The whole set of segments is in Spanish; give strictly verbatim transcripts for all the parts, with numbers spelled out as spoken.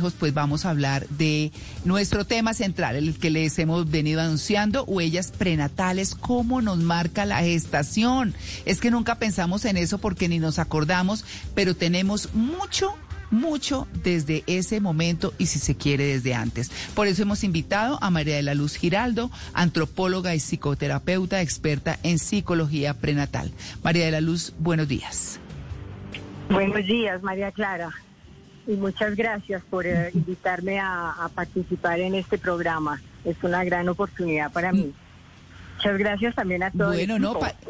hijos, pues vamos a hablar de nuestro tema central, el que les hemos venido anunciando, huellas prenatales, cómo nos marca la gestación. Es que nunca pensamos en eso porque ni nos acordamos, pero tenemos mucho mucho desde ese momento y si se quiere desde antes. Por eso hemos invitado a María de la Luz Giraldo, antropóloga y psicoterapeuta experta en psicología prenatal. María de la Luz, buenos días. Buenos días, María Clara, y muchas gracias por eh, invitarme a, a participar en este programa. Es una gran oportunidad para mí. Muchas gracias también a todos. Bueno, no, pa-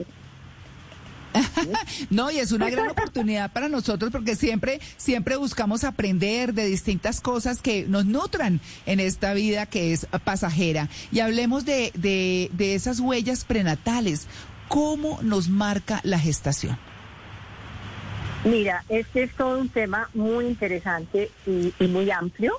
no, y es una gran oportunidad para nosotros porque siempre, siempre buscamos aprender de distintas cosas que nos nutran en esta vida que es pasajera. Y hablemos de, de, de esas huellas prenatales. ¿Cómo nos marca la gestación? Mira, este es todo un tema muy interesante y, y muy amplio.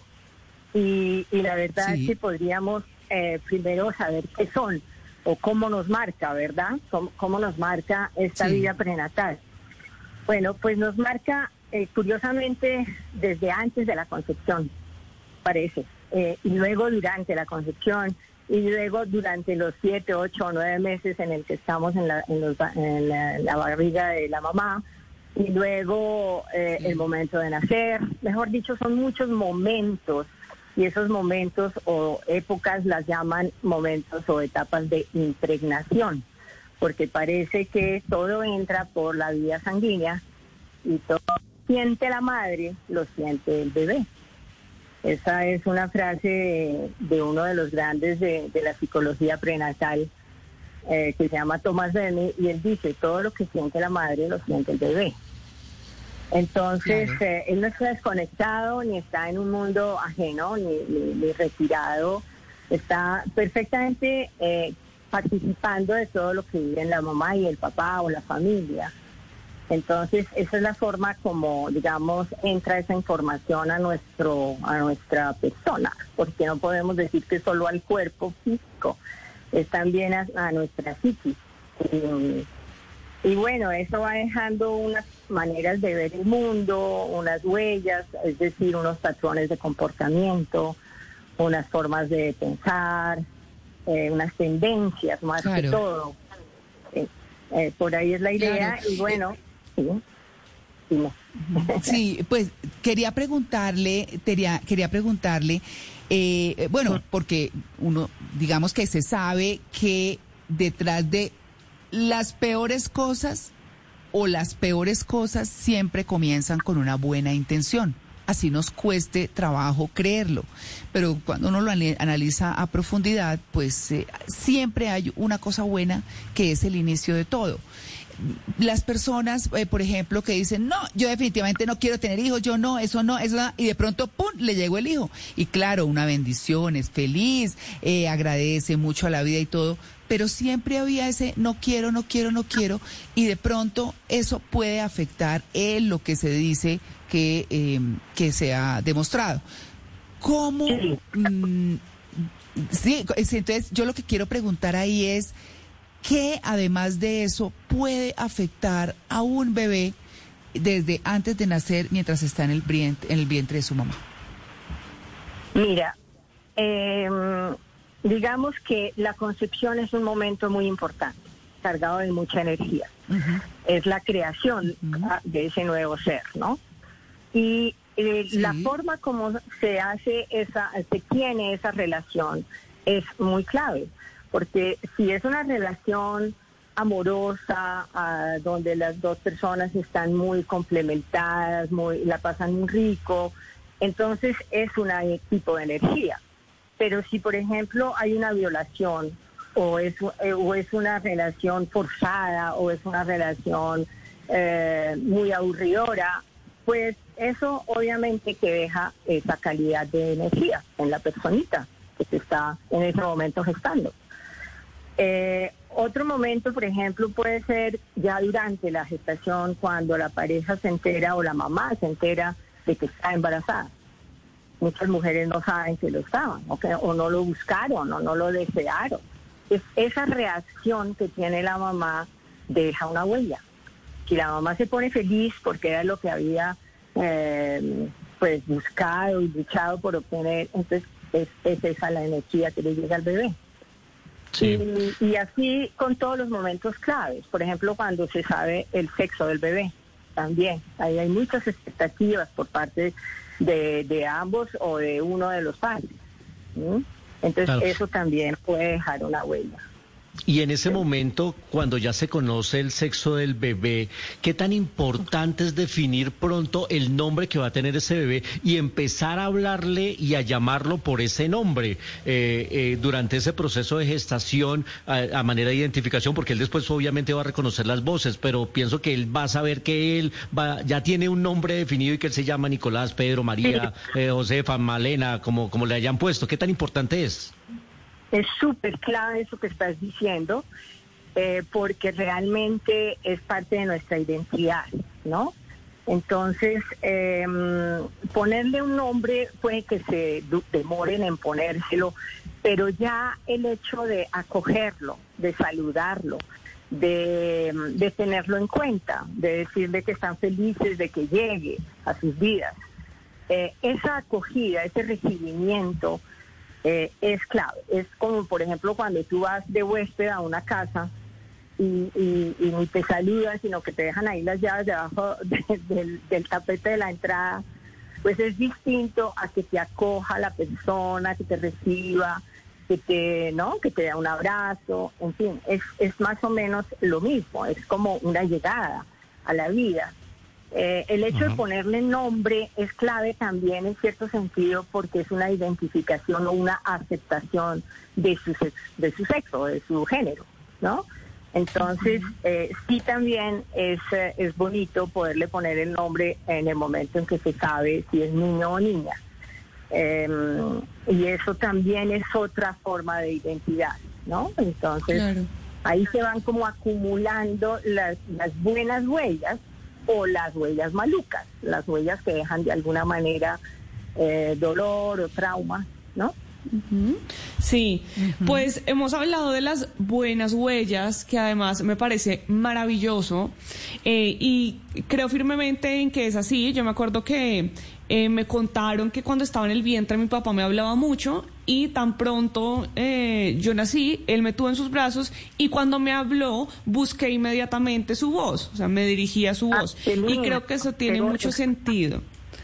Y, y la verdad sí. es que podríamos eh, primero saber qué son. O cómo nos marca, ¿verdad? Cómo, cómo nos marca esta sí. vida prenatal. Bueno, pues nos marca, eh, curiosamente, desde antes de la concepción, parece. Eh, y luego durante la concepción, y luego durante los siete, ocho o nueve meses en el que estamos en la, en los, en la, en la barriga de la mamá, y luego eh, sí. el momento de nacer. Mejor dicho, son muchos momentos. Y esos momentos o épocas las llaman momentos o etapas de impregnación, porque parece que todo entra por la vía sanguínea y todo siente la madre, lo siente el bebé. Esa es una frase de, de uno de los grandes de, de la psicología prenatal, eh, que se llama Thomas Bennett, y él dice, todo lo que siente la madre lo siente el bebé. Entonces, claro. eh, él no está desconectado, ni está en un mundo ajeno, ni, ni, ni retirado. Está perfectamente eh, participando de todo lo que viven la mamá y el papá o la familia. Entonces, esa es la forma como, digamos, entra esa información a nuestro a nuestra persona, porque no podemos decir que solo al cuerpo físico, es también a, a nuestra psiquis. Y, Y bueno, eso va dejando unas maneras de ver el mundo, unas huellas, es decir, unos patrones de comportamiento, unas formas de pensar, eh, unas tendencias más claro. que todo. Eh, eh, por ahí es la idea claro. y bueno, sí. Sí. sí, pues quería preguntarle, quería, quería preguntarle, eh, bueno, porque uno, digamos que se sabe que detrás de las peores cosas o las peores cosas siempre comienzan con una buena intención. Así nos cueste trabajo creerlo. Pero cuando uno lo analiza a profundidad, pues eh, siempre hay una cosa buena que es el inicio de todo. Las personas, eh, por ejemplo, que dicen, no, yo definitivamente no quiero tener hijos, yo no, eso no, eso no, y de pronto, ¡pum!, le llegó el hijo. Y claro, una bendición, es feliz, eh, agradece mucho a la vida y todo, pero siempre había ese no quiero, no quiero, no quiero, y de pronto eso puede afectar en lo que se dice que, eh, que se ha demostrado. ¿Cómo? Sí. Mmm, sí, entonces yo lo que quiero preguntar ahí es, ¿qué además de eso puede afectar a un bebé desde antes de nacer mientras está en el vientre, en el vientre de su mamá? Mira, eh, digamos que la concepción es un momento muy importante, cargado de mucha energía. Uh-huh. Es la creación uh-huh. de ese nuevo ser, ¿no? Y eh, sí. la forma como se hace esa, se tiene esa relación es muy clave. Porque si es una relación amorosa, uh, donde las dos personas están muy complementadas, muy, la pasan muy rico, entonces es un tipo de energía. Pero si, por ejemplo, hay una violación, o es, eh, o es una relación forzada, o es una relación eh, muy aburridora, pues eso obviamente que deja esa calidad de energía en la personita que se está en ese momento gestando. Eh, otro momento, por ejemplo, puede ser ya durante la gestación, cuando la pareja se entera o la mamá se entera de que está embarazada. Muchas mujeres no saben que lo estaban, o, que, o no lo buscaron, o no lo desearon. Es esa reacción que tiene la mamá deja una huella. Si la mamá se pone feliz porque era lo que había eh, pues buscado y luchado por obtener, entonces es, es esa la energía que le llega al bebé. Sí. Y, y así con todos los momentos claves, por ejemplo, cuando se sabe el sexo del bebé, también, ahí hay muchas expectativas por parte de, de ambos o de uno de los padres. ¿Sí? Entonces claro, eso también puede dejar una huella. Y en ese momento, cuando ya se conoce el sexo del bebé, ¿qué tan importante es definir pronto el nombre que va a tener ese bebé y empezar a hablarle y a llamarlo por ese nombre eh, eh, durante ese proceso de gestación a, a manera de identificación? Porque él después obviamente va a reconocer las voces, pero pienso que él va a saber que él va, ya tiene un nombre definido y que él se llama Nicolás, Pedro, María, eh, Josefa, Malena, como, como le hayan puesto. ¿Qué tan importante es? Es súper clave eso que estás diciendo, eh, porque realmente es parte de nuestra identidad, ¿no? Entonces, eh, ponerle un nombre puede que se demoren en ponérselo, pero ya el hecho de acogerlo, de saludarlo, de, de tenerlo en cuenta, de decirle que están felices de que llegue a sus vidas, eh, esa acogida, ese recibimiento, Eh, es clave. Es como, por ejemplo, cuando tú vas de huésped a una casa y, y, y ni te saludan, sino que te dejan ahí las llaves debajo de, de, del tapete de la entrada, pues es distinto a que te acoja la persona, que te reciba, que te, ¿no? que te da un abrazo, en fin, es, es más o menos lo mismo, es como una llegada a la vida. Eh, el hecho uh-huh. de ponerle nombre es clave también en cierto sentido porque es una identificación o una aceptación de su sexo, de su sexo, de su género, ¿no? Entonces, uh-huh. eh, sí también es, eh, es bonito poderle poner el nombre en el momento en que se sabe si es niño o niña. Eh, y eso también es otra forma de identidad, ¿no? Entonces, claro. ahí se van como acumulando las, las buenas huellas o las huellas malucas, las huellas que dejan de alguna manera eh, dolor o trauma, ¿no? Uh-huh. Sí, uh-huh. Pues hemos hablado de las buenas huellas, que además me parece maravilloso, eh, y creo firmemente en que es así. Yo me acuerdo que eh, me contaron que cuando estaba en el vientre mi papá me hablaba mucho y tan pronto eh, yo nací, él me tuvo en sus brazos y cuando me habló busqué inmediatamente su voz, o sea, me dirigí a su voz ah, y creo que eso tiene mucho sentido.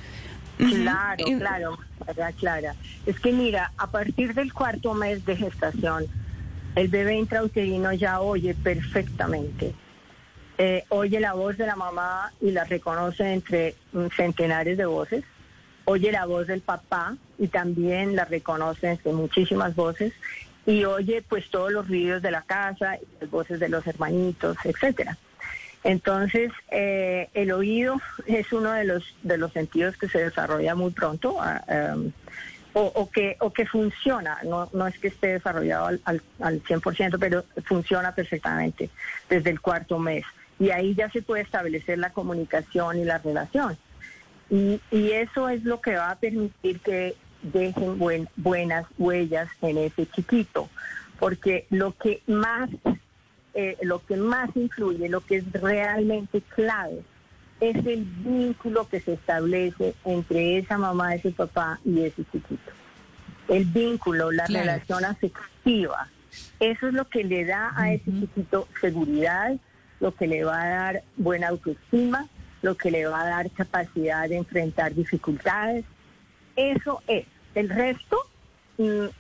Claro, uh-huh. claro, María Clara. Es que mira, a partir del cuarto mes de gestación, el bebé intrauterino ya oye perfectamente. Eh, oye la voz de la mamá y la reconoce entre centenares de voces. Oye la voz del papá y también la reconoce entre muchísimas voces. Y oye pues todos los ruidos de la casa, las voces de los hermanitos, etcétera. Entonces, eh, el oído es uno de los de los sentidos que se desarrolla muy pronto um, o, o que o que funciona, no no es que esté desarrollado al, al, al cien por ciento, pero funciona perfectamente desde el cuarto mes. Y ahí ya se puede establecer la comunicación y la relación. Y, y eso es lo que va a permitir que dejen buen, buenas huellas en ese chiquito, porque lo que más... Eh, lo que más influye, lo que es realmente clave, es el vínculo que se establece entre esa mamá, ese papá y ese chiquito. El vínculo, la claro. relación afectiva, eso es lo que le da a ese uh-huh. chiquito seguridad, lo que le va a dar buena autoestima, lo que le va a dar capacidad de enfrentar dificultades. Eso es. El resto, mm,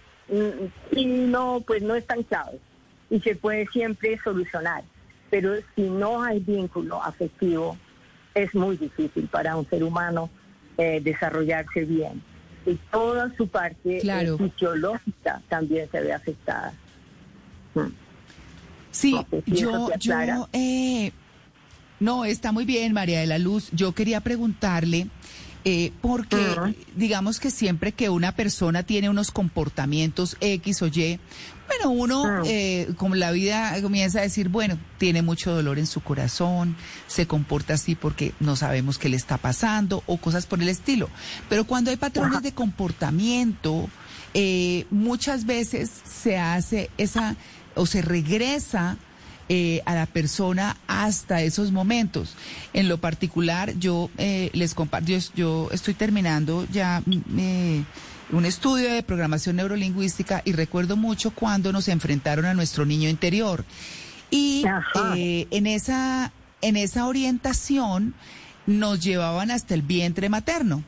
mm, no, pues no es tan clave. Y se puede siempre solucionar, pero si no hay vínculo afectivo, es muy difícil para un ser humano eh, desarrollarse bien. Y toda su parte claro. eh, fisiológica también se ve afectada. Hmm. Sí, no sé si yo, yo eh, no, está muy bien, María de la Luz. Yo quería preguntarle, eh, porque uh-huh. digamos que siempre que una persona tiene unos comportamientos X o Y, bueno, uno, eh, como la vida comienza a decir, bueno, tiene mucho dolor en su corazón, se comporta así porque no sabemos qué le está pasando o cosas por el estilo. Pero cuando hay patrones de comportamiento, eh, muchas veces se hace esa o se regresa eh, a la persona hasta esos momentos. En lo particular, yo eh, les comparto, yo, yo estoy terminando ya eh, un estudio de programación neurolingüística y recuerdo mucho cuando nos enfrentaron a nuestro niño interior. Y eh, en esa, en esa orientación nos llevaban hasta el vientre materno.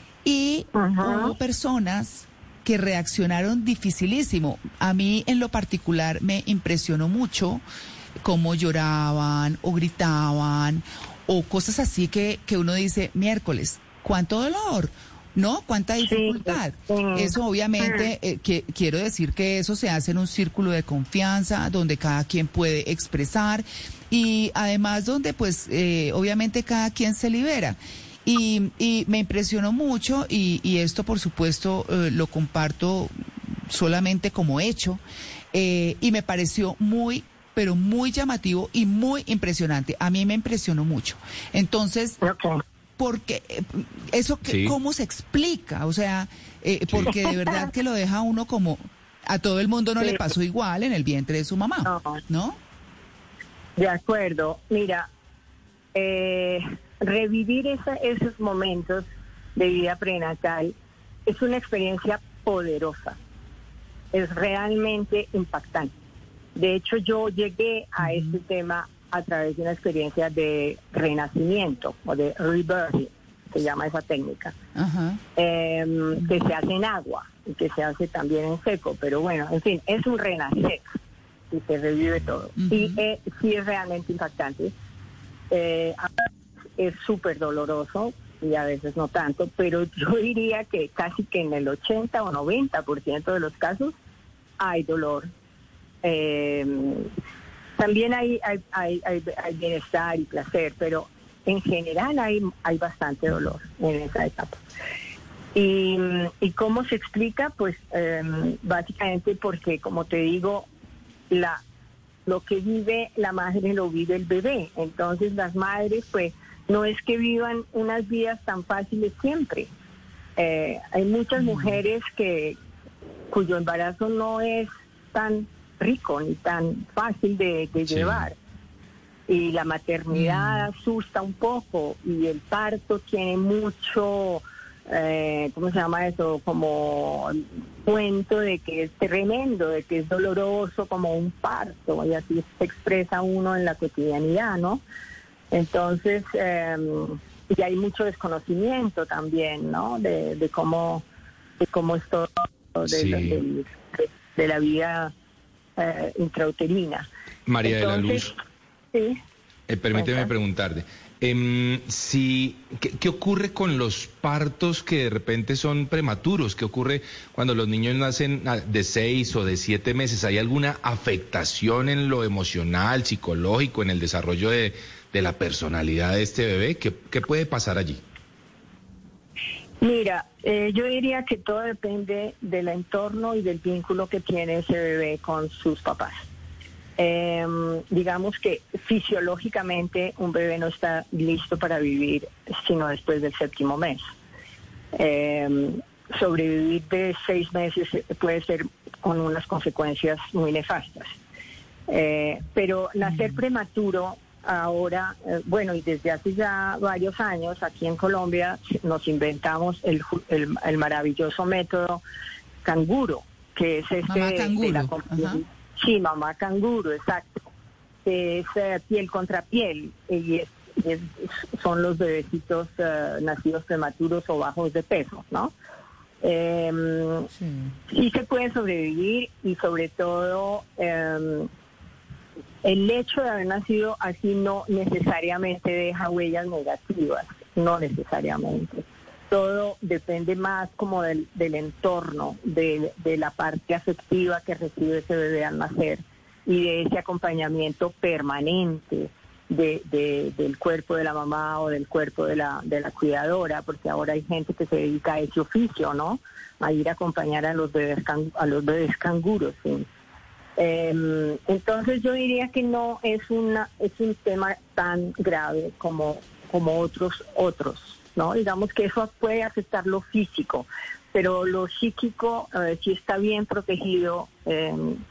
Y Ajá. hubo personas que reaccionaron dificilísimo. A mí en lo particular me impresionó mucho cómo lloraban o gritaban o cosas así que, que uno dice, miércoles, ¿cuánto dolor? ¿No? ¿Cuánta dificultad? Sí, sí. Eso obviamente, eh, que, quiero decir que eso se hace en un círculo de confianza donde cada quien puede expresar y además donde pues eh, obviamente cada quien se libera. Y, y me impresionó mucho y, y esto por supuesto eh, lo comparto solamente como hecho eh, y me pareció muy, pero muy llamativo y muy impresionante. A mí me impresionó mucho. Entonces, okay. porque eso, sí. ¿cómo se explica? O sea, eh, sí. porque de verdad que lo deja uno como, a todo el mundo no sí. le pasó igual en el vientre de su mamá, ¿no? ¿no? De acuerdo. Mira, eh... revivir esa, esos momentos de vida prenatal es una experiencia poderosa, es realmente impactante. De hecho, yo llegué a uh-huh. este tema a través de una experiencia de renacimiento o de rebirthing, se llama esa técnica, uh-huh. eh, que se hace en agua y que se hace también en seco, pero bueno, en fin, es un renacer y se revive todo. Uh-huh. Y eh, sí es realmente impactante. Eh, es súper doloroso y a veces no tanto, pero yo diría que casi que en el ochenta o noventa por ciento de los casos hay dolor. Eh, también hay, hay, hay, hay, hay bienestar y placer, pero en general hay, hay bastante dolor en esa etapa. ¿Y, y cómo se explica? Pues eh, básicamente porque, como te digo, la lo que vive la madre lo vive el bebé. Entonces las madres, pues, no es que vivan unas vidas tan fáciles siempre. Eh, hay muchas mujeres que cuyo embarazo no es tan rico ni tan fácil de, de sí. llevar. Y la maternidad mm. asusta un poco y el parto tiene mucho, eh, ¿cómo se llama eso? Como cuento de que es tremendo, de que es doloroso como un parto, y así se expresa uno en la cotidianidad, ¿no? Entonces, eh, y hay mucho desconocimiento también, ¿no? De, de cómo de cómo es todo de, sí. de, de, de la vida eh, intrauterina. María Entonces, de la Luz, sí. eh, permíteme ¿Esa? preguntarte, eh, si, ¿qué, ¿qué ocurre con los partos que de repente son prematuros? ¿Qué ocurre cuando los niños nacen de seis o de siete meses? ¿Hay alguna afectación en lo emocional, psicológico, en el desarrollo de de la personalidad de este bebé? ¿Qué, qué puede pasar allí? Mira, eh, yo diría que todo depende del entorno y del vínculo que tiene ese bebé con sus papás. Eh, digamos que fisiológicamente un bebé no está listo para vivir sino después del séptimo mes. Eh, sobrevivir de seis meses puede ser con unas consecuencias muy nefastas. Eh, pero nacer prematuro ahora, eh, bueno, y desde hace ya varios años aquí en Colombia nos inventamos el, el, el maravilloso método canguro, que es este mamá canguro. de la sí, mamá canguro, exacto, que es eh, piel contra piel y es, es, son los bebecitos uh, nacidos prematuros o bajos de peso, ¿no? Eh, sí. sí se puede sobrevivir y sobre todo eh, el hecho de haber nacido así no necesariamente deja huellas negativas, no necesariamente. Todo depende más como del, del entorno, de, de la parte afectiva que recibe ese bebé al nacer y de ese acompañamiento permanente de, de, del cuerpo de la mamá o del cuerpo de la, de la cuidadora, porque ahora hay gente que se dedica a ese oficio, ¿no? A ir a acompañar a los bebés, can, a los bebés canguros, ¿sí? Eh, entonces yo diría que no es una es un tema tan grave como como otros otros, ¿no? Digamos que eso puede afectar lo físico, pero lo psíquico, eh, si está bien protegido, eh,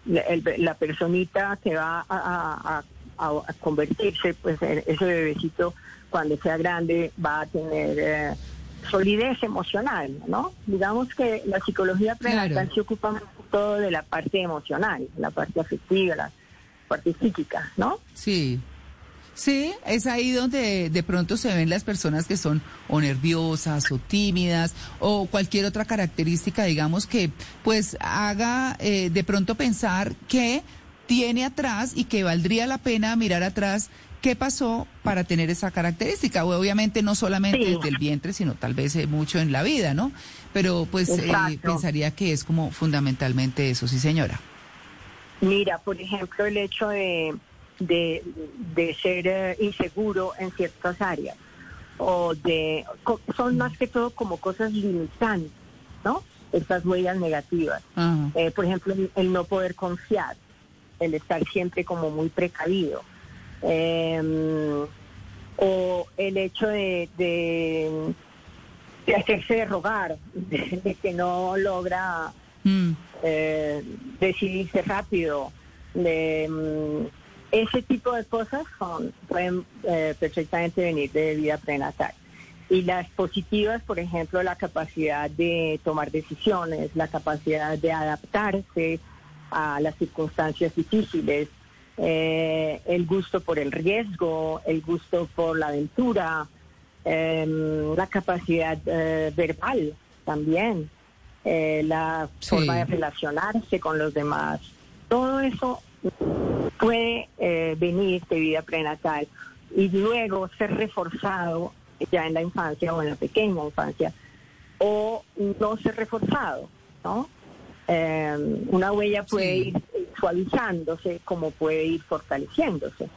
la, el, la personita que va a, a, a, a convertirse, pues ese bebecito cuando sea grande va a tener eh, solidez emocional, ¿no? Digamos que la psicología prenatal claro. se ocupa más todo de la parte emocional, la parte afectiva, la parte psíquica, ¿no? Sí. Sí, es ahí donde de pronto se ven las personas que son o nerviosas o tímidas o cualquier otra característica, digamos, que pues haga eh, de pronto pensar que tiene atrás y que valdría la pena mirar atrás qué pasó para tener esa característica. Obviamente no solamente sí. desde el vientre, sino tal vez eh, mucho en la vida, ¿no? Pero pues eh, pensaría que es como fundamentalmente eso, sí señora. Mira, por ejemplo, el hecho de... de, de ser eh, inseguro en ciertas áreas o de co- son más que todo como cosas limitantes, ¿no? Estas huellas negativas. Uh-huh. Eh, por ejemplo, el, el no poder confiar, el estar siempre como muy precavido, eh, o el hecho de, de, de hacerse de rogar, de, de que no logra mm. eh, decidirse rápido, de ese tipo de cosas son, pueden eh, perfectamente venir de vida prenatal. Y las positivas, por ejemplo, la capacidad de tomar decisiones, la capacidad de adaptarse a las circunstancias difíciles, eh, el gusto por el riesgo, el gusto por la aventura, eh, la capacidad eh, verbal también, eh, la sí. forma de relacionarse con los demás. Todo eso puede eh, venir de vida prenatal y luego ser reforzado ya en la infancia o en la pequeña infancia, o no ser reforzado, ¿no? Eh, una huella puede sí. ir suavizándose como puede ir fortaleciéndose.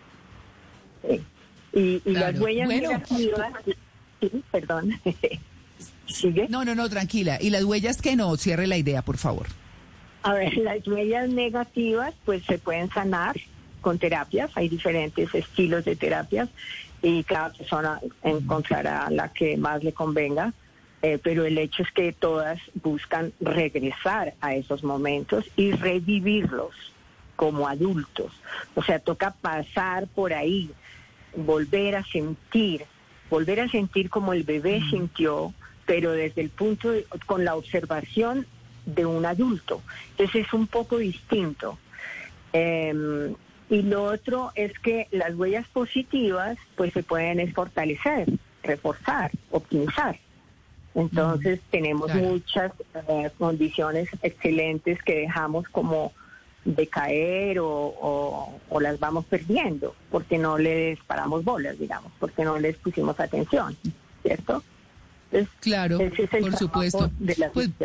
Sí. Y, y claro. las huellas bueno. negativas... Sí, perdón. ¿Sigue? No, no, no, tranquila. ¿Y las huellas que no? Cierre la idea, por favor. A ver, las huellas negativas pues se pueden sanar con terapias, hay diferentes estilos de terapias y cada persona encontrará la que más le convenga, eh, pero el hecho es que todas buscan regresar a esos momentos y revivirlos como adultos. O sea, toca pasar por ahí, volver a sentir, volver a sentir como el bebé mm. sintió, pero desde el punto, de, con la observación de un adulto. Entonces es un poco distinto. Eh, y lo otro es que las huellas positivas pues se pueden fortalecer, reforzar, optimizar. Entonces mm, tenemos claro. muchas eh, condiciones excelentes que dejamos como decaer o, o, o las vamos perdiendo porque no les paramos bolas, digamos, porque no les pusimos atención, ¿cierto? Entonces, claro, ese es el por supuesto. De las pues,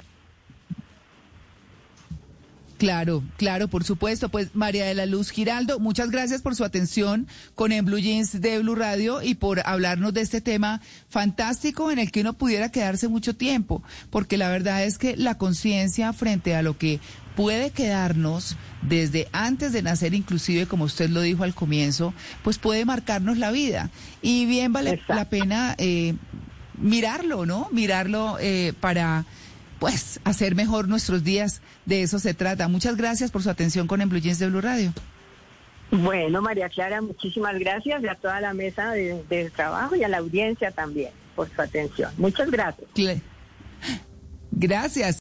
Claro, claro, por supuesto. Pues María de la Luz Giraldo, muchas gracias por su atención con En Blue Jeans de Blue Radio y por hablarnos de este tema fantástico en el que uno pudiera quedarse mucho tiempo, porque la verdad es que la conciencia frente a lo que puede quedarnos desde antes de nacer, inclusive como usted lo dijo al comienzo, pues puede marcarnos la vida. Y bien vale Exacto. la pena eh, mirarlo, ¿no? Mirarlo eh, para... pues hacer mejor nuestros días, de eso se trata. Muchas gracias por su atención con En Blue Jeans de Blue Radio. Bueno, María Clara, muchísimas gracias a toda la mesa de, de trabajo y a la audiencia también por su atención. Muchas gracias. Gracias.